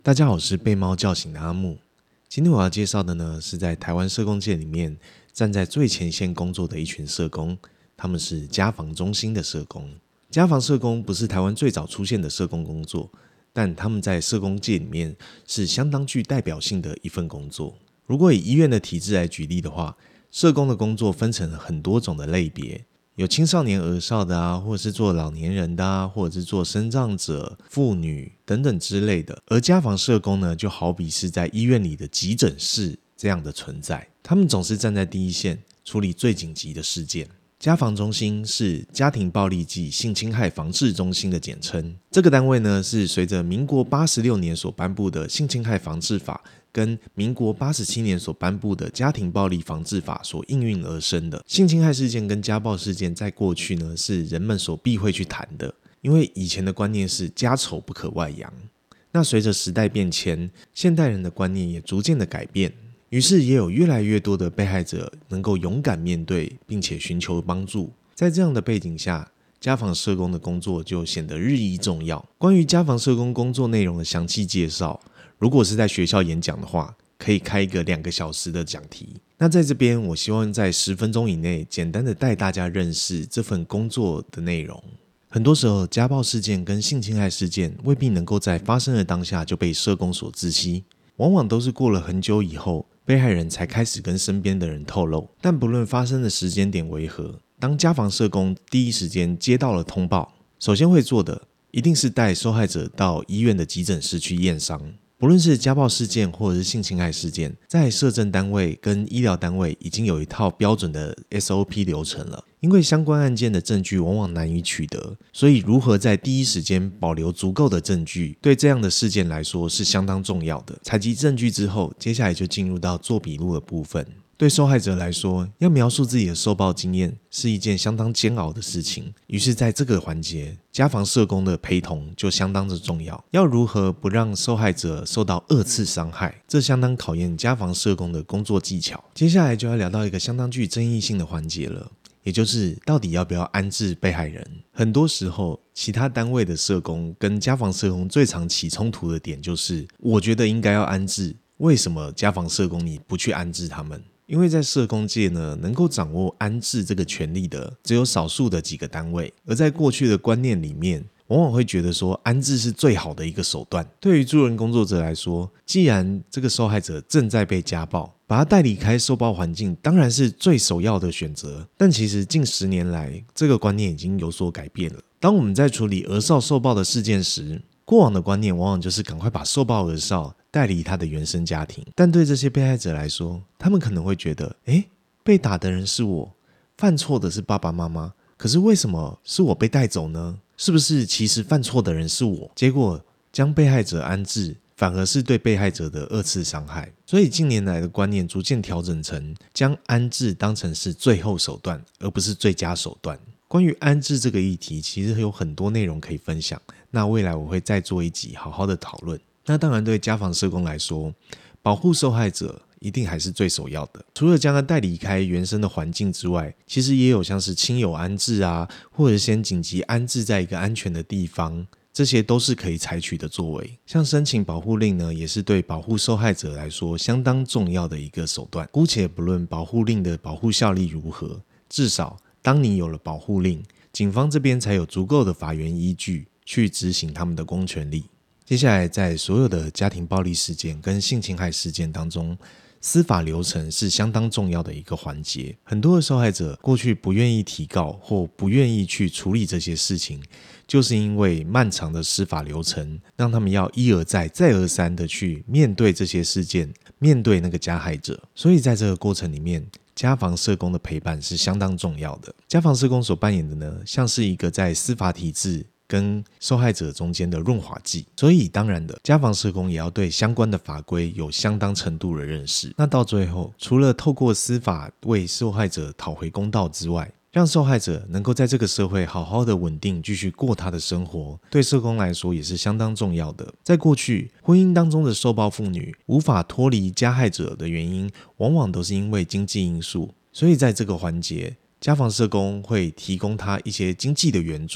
大家好，我是被猫叫醒的阿木。今天我要介绍的呢，是在台湾社工界里面站在最前线工作的一群社工，他们是家防中心的社工。家防社工不是台湾最早出现的社工工作，但他们在社工界里面是相当具代表性的一份工作。如果以医院的体制来举例的话，社工的工作分成很多种的类别，有青少年儿少的啊，或者是做老年人的啊，或者是做身障者、妇女等等之类的。而家防社工呢，就好比是在医院里的急诊室这样的存在，他们总是站在第一线，处理最紧急的事件。家防中心是家庭暴力及性侵害防治中心的简称。这个单位呢，是随着民国86年所颁布的性侵害防治法跟民国87年所颁布的家庭暴力防治法所应运而生的。性侵害事件跟家暴事件在过去呢，是人们所避讳去谈的，因为以前的观念是家丑不可外扬。那随着时代变迁，现代人的观念也逐渐的改变，于是也有越来越多的被害者能够勇敢面对并且寻求帮助。在这样的背景下，家防社工的工作就显得日益重要。关于家防社工工作内容的详细介绍，如果是在学校演讲的话，可以开一个2个小时的讲题。那在这边我希望在10分钟以内简单的带大家认识这份工作的内容。很多时候家暴事件跟性侵害事件未必能够在发生的当下就被社工所知悉，往往都是过了很久以后，被害人才开始跟身边的人透露。但不论发生的时间点为何，当家防社工第一时间接到了通报，首先会做的一定是带受害者到医院的急诊室去验伤。不论是家暴事件或者是性侵害事件，在社政单位跟医疗单位已经有一套标准的 SOP 流程了。因为相关案件的证据往往难以取得，所以如何在第一时间保留足够的证据，对这样的事件来说是相当重要的。采集证据之后，接下来就进入到做笔录的部分。对受害者来说，要描述自己的受暴经验是一件相当煎熬的事情，于是在这个环节，家防社工的陪同就相当的重要。要如何不让受害者受到2次伤害，这相当考验家防社工的工作技巧。接下来就要聊到一个相当具争议性的环节了，也就是到底要不要安置被害人。很多时候其他单位的社工跟家防社工最常起冲突的点就是我觉得应该要安置，为什么家防社工你不去安置他们？因为在社工界呢，能够掌握安置这个权利的只有少数的几个单位，而在过去的观念里面，往往会觉得说安置是最好的一个手段。对于助人工作者来说，既然这个受害者正在被家暴，把他带离开受暴环境当然是最首要的选择。但其实近10年来，这个观念已经有所改变了。当我们在处理儿少受暴的事件时，过往的观念往往就是赶快把受暴儿少带离他的原生家庭，但对这些被害者来说，他们可能会觉得被打的人是我，犯错的是爸爸妈妈，可是为什么是我被带走呢？是不是其实犯错的人是我？结果将被害者安置，反而是对被害者的2次伤害。所以近年来的观念逐渐调整成将安置当成是最后手段，而不是最佳手段。关于安置这个议题，其实有很多内容可以分享，那未来我会再做一集好好的讨论。那当然对家防社工来说，保护受害者一定还是最首要的。除了将他带离开原生的环境之外，其实也有像是亲友安置啊，或者先紧急安置在一个安全的地方，这些都是可以采取的作为。像申请保护令呢，也是对保护受害者来说相当重要的一个手段。姑且不论保护令的保护效力如何，至少当你有了保护令，警方这边才有足够的法源依据去执行他们的公权力。接下来在所有的家庭暴力事件跟性侵害事件当中，司法流程是相当重要的一个环节。很多的受害者过去不愿意提告或不愿意去处理这些事情，就是因为漫长的司法流程让他们要一而再再而三的去面对这些事件，面对那个加害者。所以在这个过程里面，家防社工的陪伴是相当重要的。家防社工所扮演的呢，像是一个在司法体制跟受害者中间的润滑剂，所以当然的，家防社工也要对相关的法规有相当程度的认识。那到最后，除了透过司法为受害者讨回公道之外，让受害者能够在这个社会好好的稳定继续过他的生活，对社工来说也是相当重要的。在过去，婚姻当中的受暴妇女无法脱离加害者的原因，往往都是因为经济因素，所以在这个环节，家防社工会提供他一些经济的援助，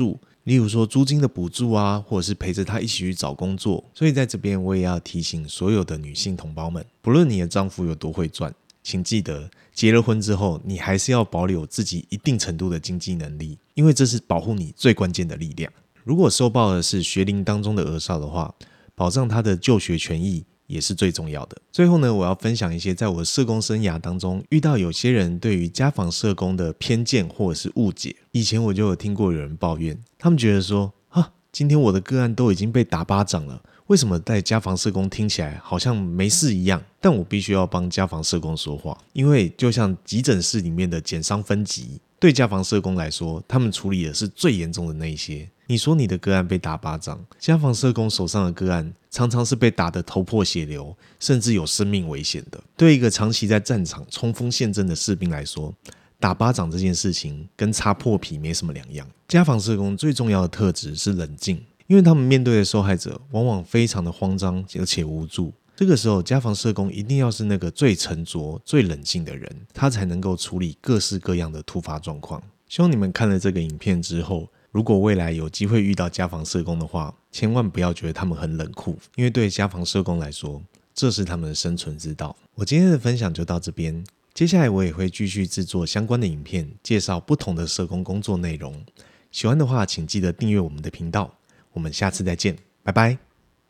例如说租金的补助啊，或者是陪着她一起去找工作。所以在这边我也要提醒所有的女性同胞们，不论你的丈夫有多会赚，请记得结了婚之后，你还是要保留自己一定程度的经济能力，因为这是保护你最关键的力量。如果收报的是学龄当中的儿少的话，保障他的就学权益也是最重要的。最后呢，我要分享一些在我的社工生涯当中遇到有些人对于家访社工的偏见或者是误解。以前我就有听过有人抱怨，他们觉得说今天我的个案都已经被打巴掌了，为什么带家访社工听起来好像没事一样？但我必须要帮家访社工说话，因为就像急诊室里面的检伤分级，对家访社工来说，他们处理的是最严重的那一些。你说你的个案被打巴掌，家访社工手上的个案常常是被打得头破血流，甚至有生命危险的。对一个长期在战场冲锋陷阵的士兵来说，打巴掌这件事情跟擦破皮没什么两样。家访社工最重要的特质是冷静，因为他们面对的受害者往往非常的慌张而且无助。这个时候家访社工一定要是那个最沉着最冷静的人，他才能够处理各式各样的突发状况。希望你们看了这个影片之后，如果未来有机会遇到家访社工的话，千万不要觉得他们很冷酷，因为对家访社工来说，这是他们的生存之道。我今天的分享就到这边，接下来我也会继续制作相关的影片，介绍不同的社工工作内容。喜欢的话请记得订阅我们的频道，我们下次再见，拜拜。